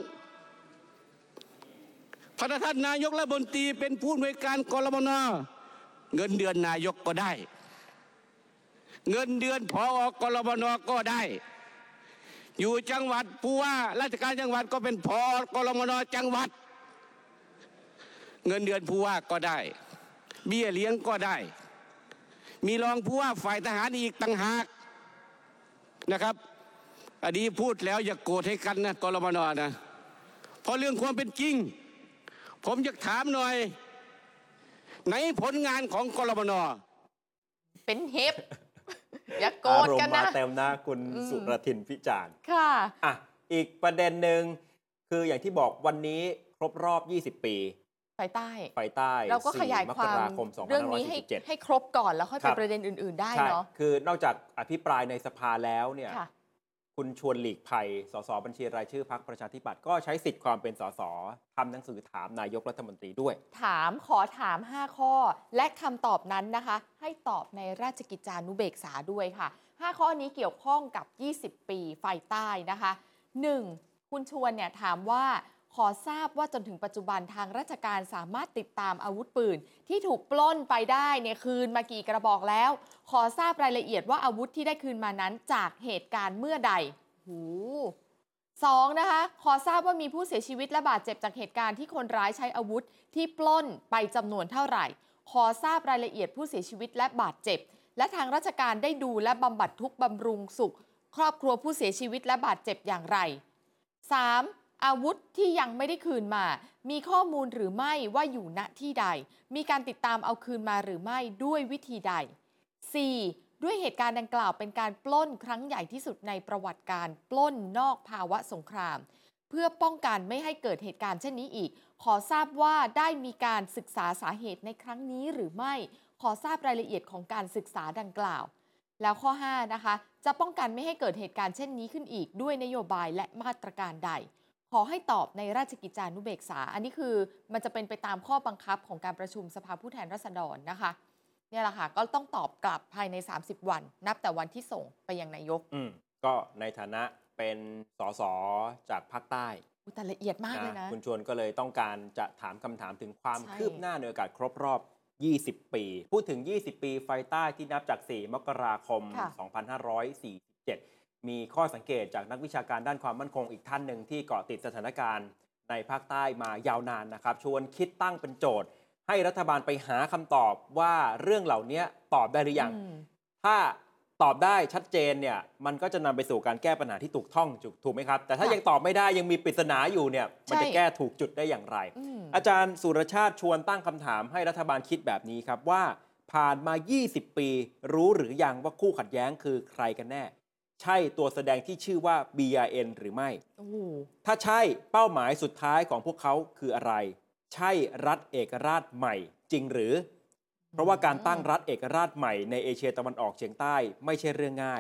พระท่านนายกรัฐมนตรีเป็นผู้อำนวยการกรมนเงินเดือนนายกก็ได้เงินเดือนผอกรมนก็ได้อยู่จังหวัดผู้ว่าราชการจังหวัดก็เป็นผอกรมนจังหวัดเงินเดือนผู้ว่าก็ได้เบี้ยเลี้ยงก็ได้มีรองผู้ว่าฝ่ายทหารอีกต่างหากนะครับอันนี้พูดแล้วอย่าโกรธให้กันนะกรมนนะเพราะเรื่องความเป็นจริงผมอยากถามหน่อยไหนผลงานของกรมนเป็นเห็บอย่าโกรธกันนะอารมณ์มาเต็มหน้าคุณสุรทินพิจารณ์ค่ะอ่ะอีกประเด็นหนึ่งคืออย่างที่บอกวันนี้ครบรอบยี่สิบปีไฟใต้ไฟใต้เราก็ขยายความเรื่องนี้ให้ให้ครบก่อนแล้วค่อยไปประเด็นอื่นๆได้เนาะคือนอกจากอภิปรายในสภาแล้วเนี่ยคุณชวนหลีกภัยสสบัญชีรายชื่อพรรคประชาธิปัตย์ก็ใช้สิทธิ์ความเป็นสสทำหนังสือถามนายกรัฐมนตรีด้วยถามขอถามห้าข้อและคำตอบนั้นนะคะให้ตอบในราชกิจจานุเบกษาด้วยค่ะห้าข้อนี้เกี่ยวข้องกับยี่สิบปีไฟใต้นะคะหนึ่งคุณชวนเนี่ยถามว่าขอทราบว่าจนถึงปัจจุบันทางราชการสามารถติดตามอาวุธปืนที่ถูกปล้นไปได้เนี่ยคืนมากี่กระบอกแล้วขอทราบรายละเอียดว่าอาวุธที่ได้คืนมานั้นจากเหตุการณ์เมื่อใดหูสองนะคะขอทราบว่ามีผู้เสียชีวิตและบาดเจ็บจากเหตุการณ์ที่คนร้ายใช้อาวุธที่ปล้นไปจำนวนเท่าไหร่ขอทราบรายละเอียดผู้เสียชีวิตและบาดเจ็บและทางราชการได้ดูและบำบัดทุกข์บำรุงสุขครอบครัวผู้เสียชีวิตและบาดเจ็บอย่างไร สาม อาวุธที่ยังไม่ได้คืนมามีข้อมูลหรือไม่ว่าอยู่ณที่ใดมีการติดตามเอาคืนมาหรือไม่ด้วยวิธีใด สี่ ด้วยเหตุการณ์ดังกล่าวเป็นการปล้นครั้งใหญ่ที่สุดในประวัติการปล้นนอกภาวะสงครามเพื่อป้องกันไม่ให้เกิดเหตุการณ์เช่นนี้อีกขอทราบว่าได้มีการศึกษาสาเหตุในครั้งนี้หรือไม่ขอทราบรายละเอียดของการศึกษาดังกล่าวแล้วข้อห้านะคะจะป้องกันไม่ให้เกิดเหตุการณ์เช่นนี้ขึ้นอีกด้วยนโยบายและมาตรการใดขอให้ตอบในราชกิจจานุเบกษาอันนี้คือมันจะเป็นไปตามข้อบังคับของการประชุมสภาผู้แทนราษฎรนะคะเนี่ยแหละค่ะก็ต้องตอบกลับภายในสามสิบวันนับแต่วันที่ส่งไปยังนายกอืมก็ในฐานะเป็นสสจากภาคใต้แต่ละเอียดมากเลยนะคุณชวนก็เลยต้องการจะถามคำถามถึงความคืบหน้าในโอกาสครบรอบยี่สิบปีพูดถึงยี่สิบปีไฟใต้ที่นับจากสี่มกราคมสองพันห้าร้อยสี่สิบเจ็ดมีข้อสังเกตจากนักวิชาการด้านความมั่นคงอีกท่านหนึ่งที่เกาะติดสถานการณ์ในภาคใต้มายาวนานนะครับชวนคิดตั้งเป็นโจทย์ให้รัฐบาลไปหาคำตอบว่าเรื่องเหล่านี้ตอบได้หรือยังถ้าตอบได้ชัดเจนเนี่ยมันก็จะนำไปสู่การแก้ปัญหาที่ถูกต้องถูกไหมครับแต่ถ้ายังตอบไม่ได้ยังมีปริศนาอยู่เนี่ยมันจะแก้ถูกจุดได้อย่างไรอาจารย์สุรชาติชวนตั้งคำถามให้รัฐบาลคิดแบบนี้ครับว่าผ่านมายี่สิบปีรู้หรือยังว่าคู่ขัดแย้งคือใครกันแน่ใช่ตัวแสดงที่ชื่อว่า บี อาร์ เอ็น หรือไม่ถ้าใช่เป้าหมายสุดท้ายของพวกเขาคืออะไรใช่รัฐเอกราชใหม่จริงหรือเพราะว่าการตั้งรัฐเอกราชใหม่ในเอเชียตะวันออกเฉียงใต้ไม่ใช่เรื่องง่าย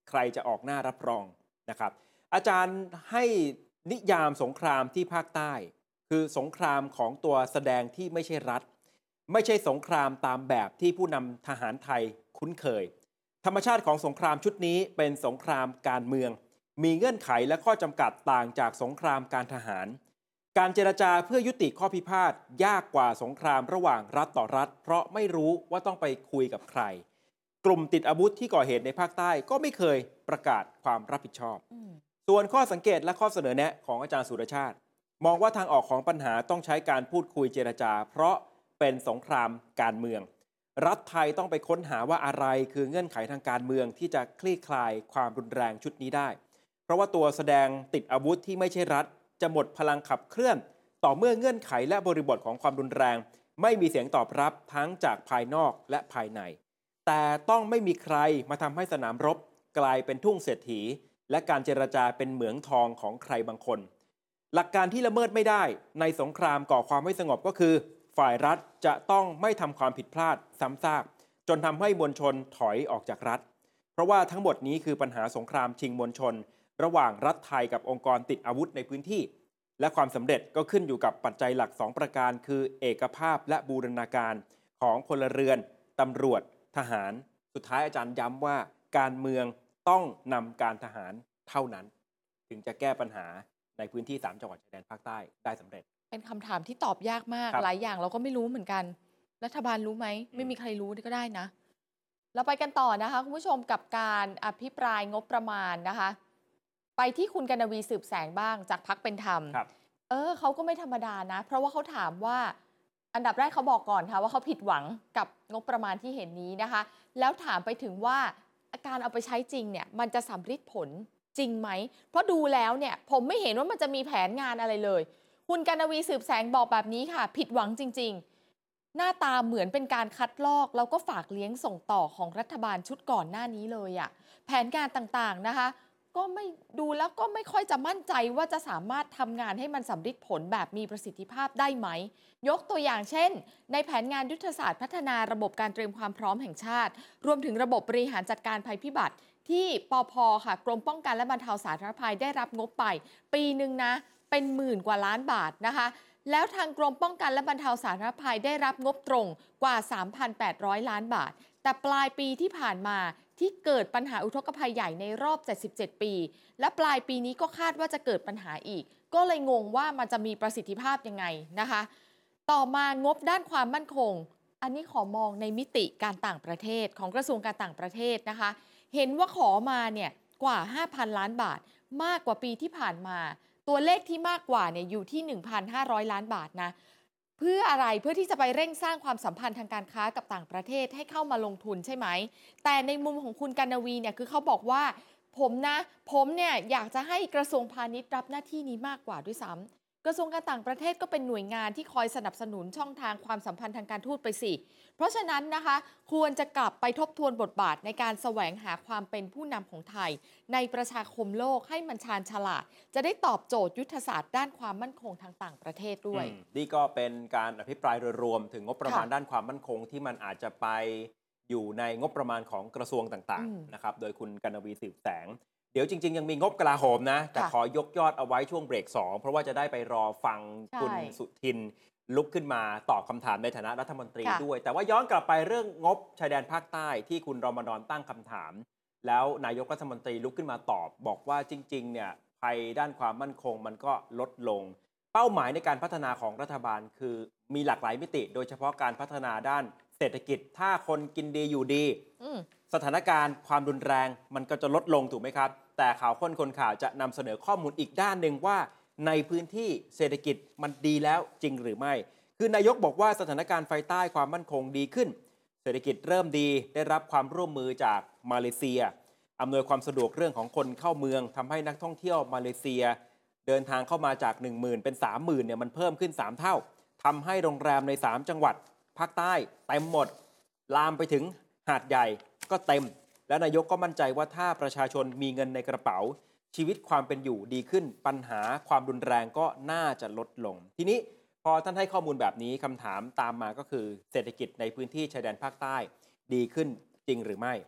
ใครจะออกหน้ารับรองนะครับอาจารย์ให้นิยามสงครามที่ภาคใต้คือสงครามของตัวแสดงที่ไม่ใช่รัฐไม่ใช่สงครามตามแบบที่ผู้นำทหารไทยคุ้นเคยธรรมชาติของสงครามชุดนี้เป็นสงครามการเมืองมีเงื่อนไขและข้อจำกัดต่างจากสงครามการทหารการเจรจาเพื่อยุติข้อพิพาทยากกว่าสงครามระหว่างรัฐต่อรัฐเพราะไม่รู้ว่าต้องไปคุยกับใครกลุ่มติดอาวุธที่ก่อเหตุในภาคใต้ก็ไม่เคยประกาศความรับผิดชอบส่วนข้อสังเกตและข้อเสนอแนะของอาจารย์สุรชาติมองว่าทางออกของปัญหาต้องใช้การพูดคุยเจรจาเพราะเป็นสงครามการเมืองรัฐไทยต้องไปค้นหาว่าอะไรคือเงื่อนไขทางการเมืองที่จะคลี่คลายความรุนแรงชุดนี้ได้เพราะว่าตัวแสดงติดอาวุธที่ไม่ใช่รัฐจะหมดพลังขับเคลื่อนต่อเมื่อเงื่อนไขและบริบทของความรุนแรงไม่มีเสียงตอบรับทั้งจากภายนอกและภายในแต่ต้องไม่มีใครมาทำให้สนามรบกลายเป็นทุ่งเศรษฐีและการเจรจาเป็นเหมืองทองของใครบางคนหลักการที่ละเมิดไม่ได้ในสงครามก่อความไม่สงบก็คือฝ่ายรัฐจะต้องไม่ทำความผิดพลาดซ้ำซากจนทำให้มวลชนถอยออกจากรัฐเพราะว่าทั้งหมดนี้คือปัญหาสงครามชิงมวลชนระหว่างรัฐไทยกับองค์กรติดอาวุธในพื้นที่และความสำเร็จก็ขึ้นอยู่กับปัจจัยหลักสองประการคือเอกภาพและบูรณาการของพลเรือนตำรวจทหารสุดท้ายอาจารย์ย้ำว่าการเมืองต้องนำการทหารเท่านั้นถึงจะแก้ปัญหาในพื้นที่สามจังหวัดชายแดนภาคใต้ได้สำเร็จเป็นคำถามที่ตอบยากมากหลายอย่างเราก็ไม่รู้เหมือนกันรัฐบาลรู้ไหมไม่มีใครรู้ก็ได้นะเราไปกันต่อนะคะคุณผู้ชมกับการอภิปรายงบประมาณนะคะไปที่คุณกนวีสืบแสงบ้างจากพรรคเป็นธรรมเออเขาก็ไม่ธรรมดานะเพราะว่าเขาถามว่าอันดับแรกเขาบอกก่อนค่ะว่าเขาผิดหวังกับงบประมาณที่เห็นนี้นะคะแล้วถามไปถึงว่าการเอาไปใช้จริงเนี่ยมันจะสำฤทธิ์ผลจริงไหมเพราะดูแล้วเนี่ยผมไม่เห็นว่ามันจะมีแผนงานอะไรเลยคุณกนวีสืบแสงบอกแบบนี้ค่ะผิดหวังจริงๆหน้าตาเหมือนเป็นการคัดลอกแล้วก็ฝากเลี้ยงส่งต่อของรัฐบาลชุดก่อนหน้านี้เลยอะแผนการต่างๆนะคะก็ไม่ดูแล้วก็ไม่ค่อยจะมั่นใจว่าจะสามารถทำงานให้มันสำฤทธิ์ผลแบบมีประสิทธิภาพได้ไหมยกตัวอย่างเช่นในแผนงานยุทธศาสตร์พัฒนาระบบการเตรียมความพร้อมแห่งชาติรวมถึงระบบบริหารจัดการภัยพิบัติที่ปภ.ค่ะกรมป้องกันและบรรเทาสาธารณภัยได้รับงบไปปีหนึ่งนะเป็นหมื่นกว่าล้านบาทนะคะแล้วทางกรมป้องกันและบรรเทาสาธารณภัยได้รับงบตรงกว่า สามพันแปดร้อย ล้านบาทแต่ปลายปีที่ผ่านมาที่เกิดปัญหาอุทกภัยใหญ่ในรอบเจ็ดสิบเจ็ดปีและปลายปีนี้ก็คาดว่าจะเกิดปัญหาอีกก็เลยงงว่ามันจะมีประสิทธิภาพยังไงนะคะต่อมางบด้านความมั่นคงอันนี้ขอมองในมิติการต่างประเทศของกระทรวงการต่างประเทศนะคะเห็นว่าขอมาเนี่ยกว่า ห้าพัน ล้านบาทมากกว่าปีที่ผ่านมาตัวเลขที่มากกว่าเนี่ยอยู่ที่ หนึ่งพันห้าร้อย ล้านบาทนะเพื่ออะไรเพื่อที่จะไปเร่งสร้างความสัมพันธ์ทางการค้ากับต่างประเทศให้เข้ามาลงทุนใช่ไหมแต่ในมุมของคุณกนวีเนี่ยคือเขาบอกว่าผมนะผมเนี่ยอยากจะให้กระทรวงพาณิชย์รับหน้าที่นี้มากกว่าด้วยซ้ำกระทรวงการต่างประเทศก็เป็นหน่วยงานที่คอยสนับสนุนช่องทางความสัมพันธ์ทางการทูตไปสิเพราะฉะนั้นนะคะควรจะกลับไปทบทวนบทบาทในการแสวงหาความเป็นผู้นำของไทยในประชาคมโลกให้มันชาญฉลาดจะได้ตอบโจทย์ยุทธศาสตร์ด้านความมั่นคงทางต่างประเทศด้วยนี่ก็เป็นการอภิปรายโดยรวมถึงงบประมาณด้านความมั่นคงที่มันอาจจะไปอยู่ในงบประมาณของกระทรวงต่างๆนะครับโดยคุณกนวีสืบแสงเดี๋ยวจริงๆยังมีงบกลาโหมนะแต่ขอยกยอดเอาไว้ช่วงเบรกสองเพราะว่าจะได้ไปรอฟังคุณสุทินลุกขึ้นมาตอบคำถามในฐานะรัฐมนตรีด้วยแต่ว่าย้อนกลับไปเรื่องงบชายแดนภาคใต้ที่คุณรมฎอนตั้งคำถามแล้วนายกรัฐมนตรีลุกขึ้นมาตอบบอกว่าจริงๆเนี่ยภัยด้านความมั่นคงมันก็ลดลงเป้าหมายในการพัฒนาของรัฐบาลคือมีหลากหลายมิติโดยเฉพาะการพัฒนาด้านเศรษฐกิจถ้าคนกินดีอยู่ดีสถานการณ์ความรุนแรงมันก็จะลดลงถูกไหมครับแต่ข่าวค้นคนข่าวจะนำเสนอข้อมูลอีกด้านหนึ่งว่าในพื้นที่เศรษฐกิจมันดีแล้วจริงหรือไม่คือนายกบอกว่าสถานการณ์ไฟใต้ความมั่นคงดีขึ้นเศรษฐกิจเริ่มดีได้รับความร่วมมือจากมาเลเซียอำนวยความสะดวกเรื่องของคนเข้าเมืองทำให้นักท่องเที่ยวมาเลเซียเดินทางเข้ามาจาก หนึ่งหมื่น เป็น สามหมื่น เนี่ยมันเพิ่มขึ้นสามเท่าทำให้โรงแรมในสามจังหวัดภาคใต้เต็มหมดลามไปถึงหาดใหญ่ก็เต็มและนายกก็มั่นใจว่าถ้าประชาชนมีเงินในกระเป๋าชีวิตความเป็นอยู่ดีขึ้นปัญหาความรุนแรงก็น่าจะลดลงทีนี้พอท่านให้ข้อมูลแบบนี้คำถามตามมาก็คือเศรษฐกิจในพื้นที่ชายแดนภาคใต้ดีขึ้นจริงหรือไม่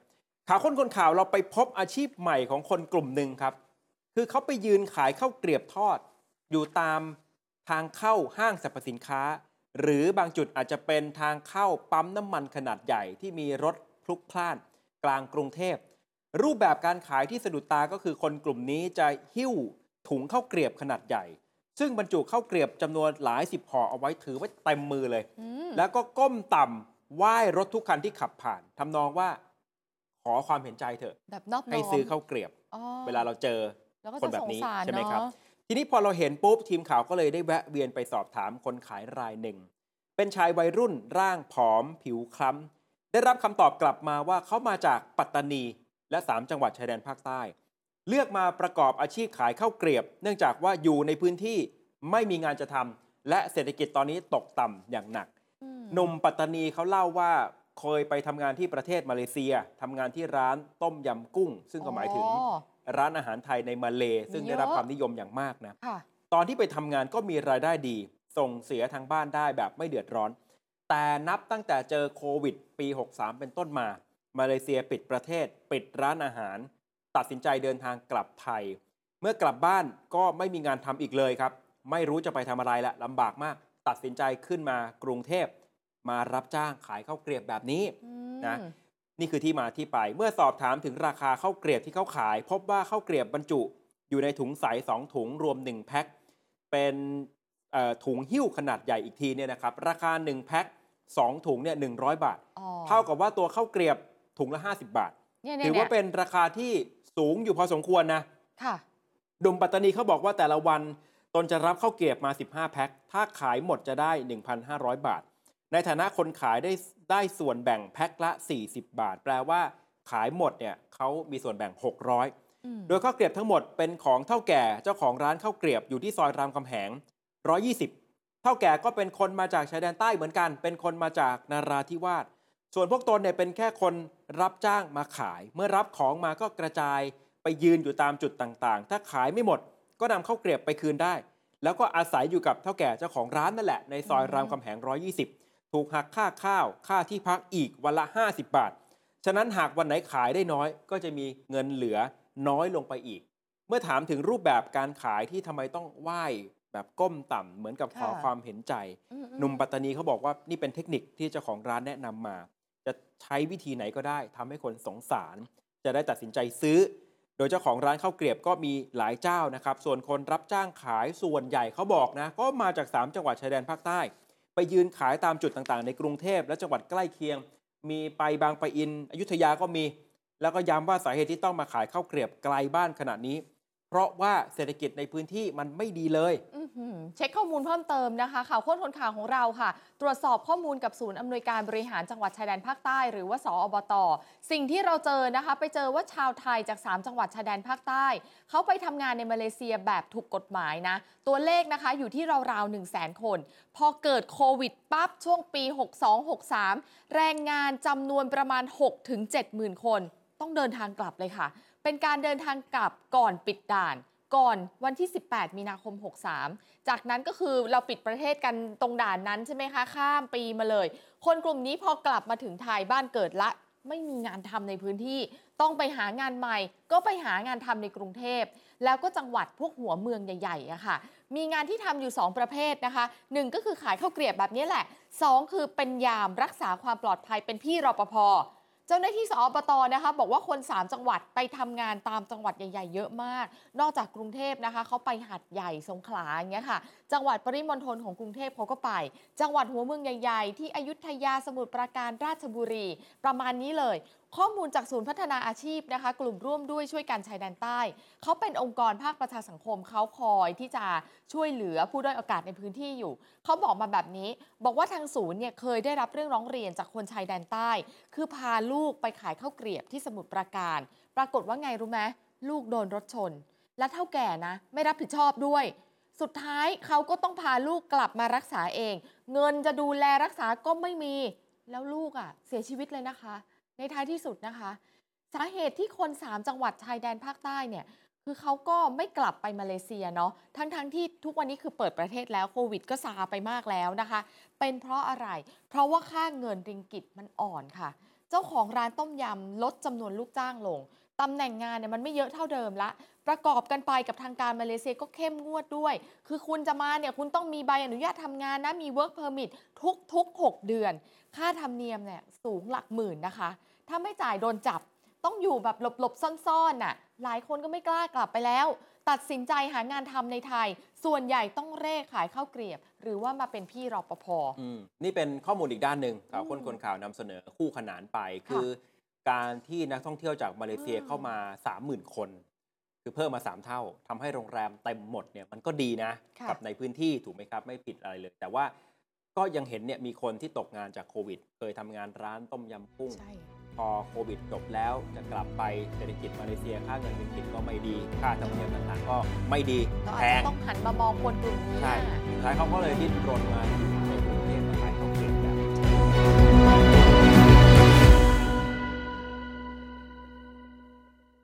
ข่าวค้นคนข่าวเราไปพบอาชีพใหม่ของคนกลุ่มหนึ่งครับคือเขาไปยืนขายข้าวเกรียบทอดอยู่ตามทางเข้าห้างสรรพสินค้าหรือบางจุดอาจจะเป็นทางเข้าปั๊มน้ำมันขนาดใหญ่ที่มีรถพลุกพล่านกลางกรุงเทพรูปแบบการขายที่สะดุดตาก็คือคนกลุ่มนี้จะหิ้วถุงข้าวเกรียบขนาดใหญ่ซึ่งบรรจุข้าวเกรียบจำนวนหลายสิบห่อเอาไว้ถือไว้เต็มมือเลยแล้วก็ก้มต่ำไหว้รถทุกคันที่ขับผ่านทำนองว่าขอความเห็นใจเถอะแบบนอบน้อมให้ซื้อข้าวเกรียบเวลาเราเจอคนแบบนี้ใช่ไหมครับทีนี้พอเราเห็นปุ๊บทีมข่าวก็เลยได้แวะเวียนไปสอบถามคนขายรายหนึ่งเป็นชายวัยรุ่นร่างผอมผิวคล้ำได้รับคำตอบกลับมาว่าเขามาจากปัตตานีและสามจังหวัดชายแดนภาคใต้เลือกมาประกอบอาชีพขายข้าวเกรียบเนื่องจากว่าอยู่ในพื้นที่ไม่มีงานจะทำและเศรษฐกิจตอนนี้ตกต่ำอย่างหนักหนุ่มปัตตานีเขาเล่าว่าเคยไปทำงานที่ประเทศมาเลเซียทำงานที่ร้านต้มยำกุ้งซึ่งก็หมายถึงร้านอาหารไทยในมาเลซึ่งได้รับความนิยมอย่างมากนะตอนที่ไปทำงานก็มีรายได้ดีส่งเสียทางบ้านได้แบบไม่เดือดร้อนแต่นับตั้งแต่เจอโควิดปีหกสิบสามเป็นต้นมามาเลเซียปิดประเทศปิดร้านอาหารตัดสินใจเดินทางกลับไทยเมื่อกลับบ้านก็ไม่มีงานทำอีกเลยครับไม่รู้จะไปทำอะไรละลำบากมากตัดสินใจขึ้นมากรุงเทพมารับจ้างขายข้าวเกรียบแบบนี้นะนี่คือที่มาที่ไปเมื่อสอบถามถึงราคาข้าวเกรียบที่เขาขายพบว่าข้าวเกรียบบรรจุอยู่ในถุงใสสองถุงรวมหนึ่งแพ็คเป็นถุงหิ้วขนาดใหญ่อีกทีเนี่ยนะครับราคาหนึ่งแพ็คสองถุงเนี่ยหนึ่งร้อยบาทเท่ากับว่าตัวข้าวเกรียบถุงละห้าสิบบาทถือว่าเป็นราคาที่สูงอยู่พอสมควรนะค่ะดุมปัตตานีเขาบอกว่าแต่ละวันตนจะรับข้าวเกรียบมาสิบห้าแพ็คถ้าขายหมดจะได้ หนึ่งพันห้าร้อย บาทในฐานะคนขายได้ได้ส่วนแบ่งแพ็คละสี่สิบบาทแปลว่าขายหมดเนี่ยเขามีส่วนแบ่งหกร้อยโดยข้าวเกรียบทั้งหมดเป็นของเฒ่าแก่เจ้าของร้านข้าวเกรียบอยู่ที่ซอยรามคำแหงหนึ่งร้อยยี่สิบเฒ่าแก่ก็เป็นคนมาจากชายแดนใต้เหมือนกันเป็นคนมาจากนราธิวาสส่วนพวกตนเนี่ยเป็นแค่คนรับจ้างมาขายเมื่อรับของมาก็กระจายไปยืนอยู่ตามจุดต่างๆถ้าขายไม่หมดก็นำข้าวเกรียบไปคืนได้แล้วก็อาศัยอยู่กับเฒ่าแก่เจ้าของร้านนั่นแหละในซอยรามคำแหงหนึ่งร้อยยี่สิบถูกหักค่าข้าวค่าที่พักอีกวันละห้าสิบบาทฉะนั้นหากวันไหนขายได้น้อยก็จะมีเงินเหลือน้อยลงไปอีกเมื่อถามถึงรูปแบบการขายที่ทำไมต้องไหว้แบบก้มต่ำเหมือนกับขอความเห็นใจหนุ่มปัตตานีเขาบอกว่านี่เป็นเทคนิคที่เจ้าของร้านแนะนำมาจะใช้วิธีไหนก็ได้ทำให้คนสงสารจะได้ตัดสินใจซื้อโดยเจ้าของร้านข้าวเกรียบก็มีหลายเจ้านะครับส่วนคนรับจ้างขายส่วนใหญ่เขาบอกนะก็มาจากสามจังหวัดชายแดนภาคใต้ไปยืนขายตามจุดต่างๆในกรุงเทพและจังหวัดใกล้เคียงมีไปบางปะอินอยุธยาก็มีแล้วก็ย้ำว่าสาเหตุที่ต้องมาขายข้าวเกรียบไกลบ้านขนาดนี้เพราะว่าเศรษฐกิจในพื้นที่มันไม่ดีเลยเช็คข้อมูลเพิ่มเติมนะคะข่าวค้นคนข่าวของเราค่ะตรวจสอบข้อมูลกับศูนย์อำนวยการบริหารจังหวัดชายแดนภาคใต้หรือว่าสอบต.สิ่งที่เราเจอนะคะไปเจอว่าชาวไทยจากสามจังหวัดชายแดนภาคใต้เขาไปทำงานในมาเลเซียแบบถูกกฎหมายนะตัวเลขนะคะอยู่ที่ราวๆ หนึ่งแสน คนพอเกิดโควิดปั๊บช่วงปีหกสอง หกสามแรงงานจำนวนประมาณ หกถึงเจ็ดหมื่น คนต้องเดินทางกลับเลยค่ะเป็นการเดินทางกลับก่อนปิดด่านก่อนวันที่สิบแปดมีนาคมหกสามจากนั้นก็คือเราปิดประเทศกันตรงด่านนั้นใช่ไหมคะข้ามปีมาเลยคนกลุ่มนี้พอกลับมาถึงไทยบ้านเกิดละไม่มีงานทำในพื้นที่ต้องไปหางานใหม่ก็ไปหางานทำในกรุงเทพแล้วก็จังหวัดพวกหัวเมืองใหญ่ๆอะค่ะมีงานที่ทำอยู่สองประเภทนะคะหนึ่งก็คือขายข้าวเกรียบแบบนี้แหละสองคือเป็นยามรักษาความปลอดภัยเป็นพี่รปภ.เจ้าหน้าที่สอบต.นะคะบอกว่าคนสามจังหวัดไปทำงานตามจังหวัดใหญ่ๆเยอะมากนอกจากกรุงเทพนะคะเขาไปหัดใหญ่สงขลาอย่างเงี้ยค่ะจังหวัดปริมณฑลของกรุงเทพเขาก็ไปจังหวัดหัวเมืองใหญ่ๆที่อยุธยาสมุทรปราการราชบุรีประมาณนี้เลยข้อมูลจากศูนย์พัฒนาอาชีพนะคะกลุ่มร่วมด้วยช่วยกันชายแดนใต้เขาเป็นองค์กรภาคประชาสังคมเขาคอยที่จะช่วยเหลือผู้ด้อยโอกาสในพื้นที่อยู่เขาบอกมาแบบนี้บอกว่าทางศูนย์เนี่ยเคยได้รับเรื่องร้องเรียนจากคนชายแดนใต้คือพาลูกไปขายข้าวเกรียบที่สมุทรปราการปรากฏว่าไงรู้ไหมลูกโดนรถชนและเฒ่าแก่นะไม่รับผิดชอบด้วยสุดท้ายเขาก็ต้องพาลูกกลับมารักษาเองเงินจะดูแลรักษาก็ไม่มีแล้วลูกอ่ะเสียชีวิตเลยนะคะในท้ายที่สุดนะคะสาเหตุที่คนสามจังหวัดชายแดนภาคใต้เนี่ยคือเขาก็ไม่กลับไปมาเลเซียเนาะทั้งๆ ท, ที่ทุกวันนี้คือเปิดประเทศแล้วโควิดก็ซาไปมากแล้วนะคะเป็นเพราะอะไรเพราะว่าค่าเงินริงกิตมันอ่อนค่ะเจ้าของร้านต้มยำลดจำนวนลูกจ้างลงตำแหน่งงานเนี่ยมันไม่เยอะเท่าเดิมละประกอบกันไปกับทางการมาเลเซียก็เข้มงวดด้วยคือคุณจะมาเนี่ยคุณต้องมีใบอนุญาตทำงานนะมี work permit ทุกทุกหกเดือนค่าธรรมเนียมเนี่ยสูงหลักหมื่นนะคะถ้าไม่จ่ายโดนจับต้องอยู่แบบหลบๆซ่อนๆน่ะหลายคนก็ไม่กล้ากลับไปแล้วตัดสินใจหางานทำในไทยส่วนใหญ่ต้องเร่ขายข้าวเกรียบหรือว่ามาเป็นพี่รปภ. นี่เป็นข้อมูลอีกด้านหนึ่งข่าวคนคนข่าวนำเสนอคู่ขนานไปคือการที่นักท่องเที่ยวจากมาเลเซียเข้ามา สามหมื่น คนคือเพิ่มมาสามเท่าทำให้โรงแรมเต็มหมดเนี่ยมันก็ดีนะกับในพื้นที่ถูกไหมครับไม่ผิดอะไรเลยแต่ว่าก็ยังเห็นเนี่ยมีคนที่ตกงานจากโควิดเคยทำงานร้านต้มยำกุ้งพอโควิดจบแล้วจะกลับไปเศรษฐกิจมาเลเซียค่าเงินเป็นกิจก็ไม่ดีค่าธรรมเนียมต่างๆก็ไม่ดีแพงต้องหันมามองคนกลุ่มนี้ใช่สุดท้ายเขาก็เลยดิ้นรนมาอยู่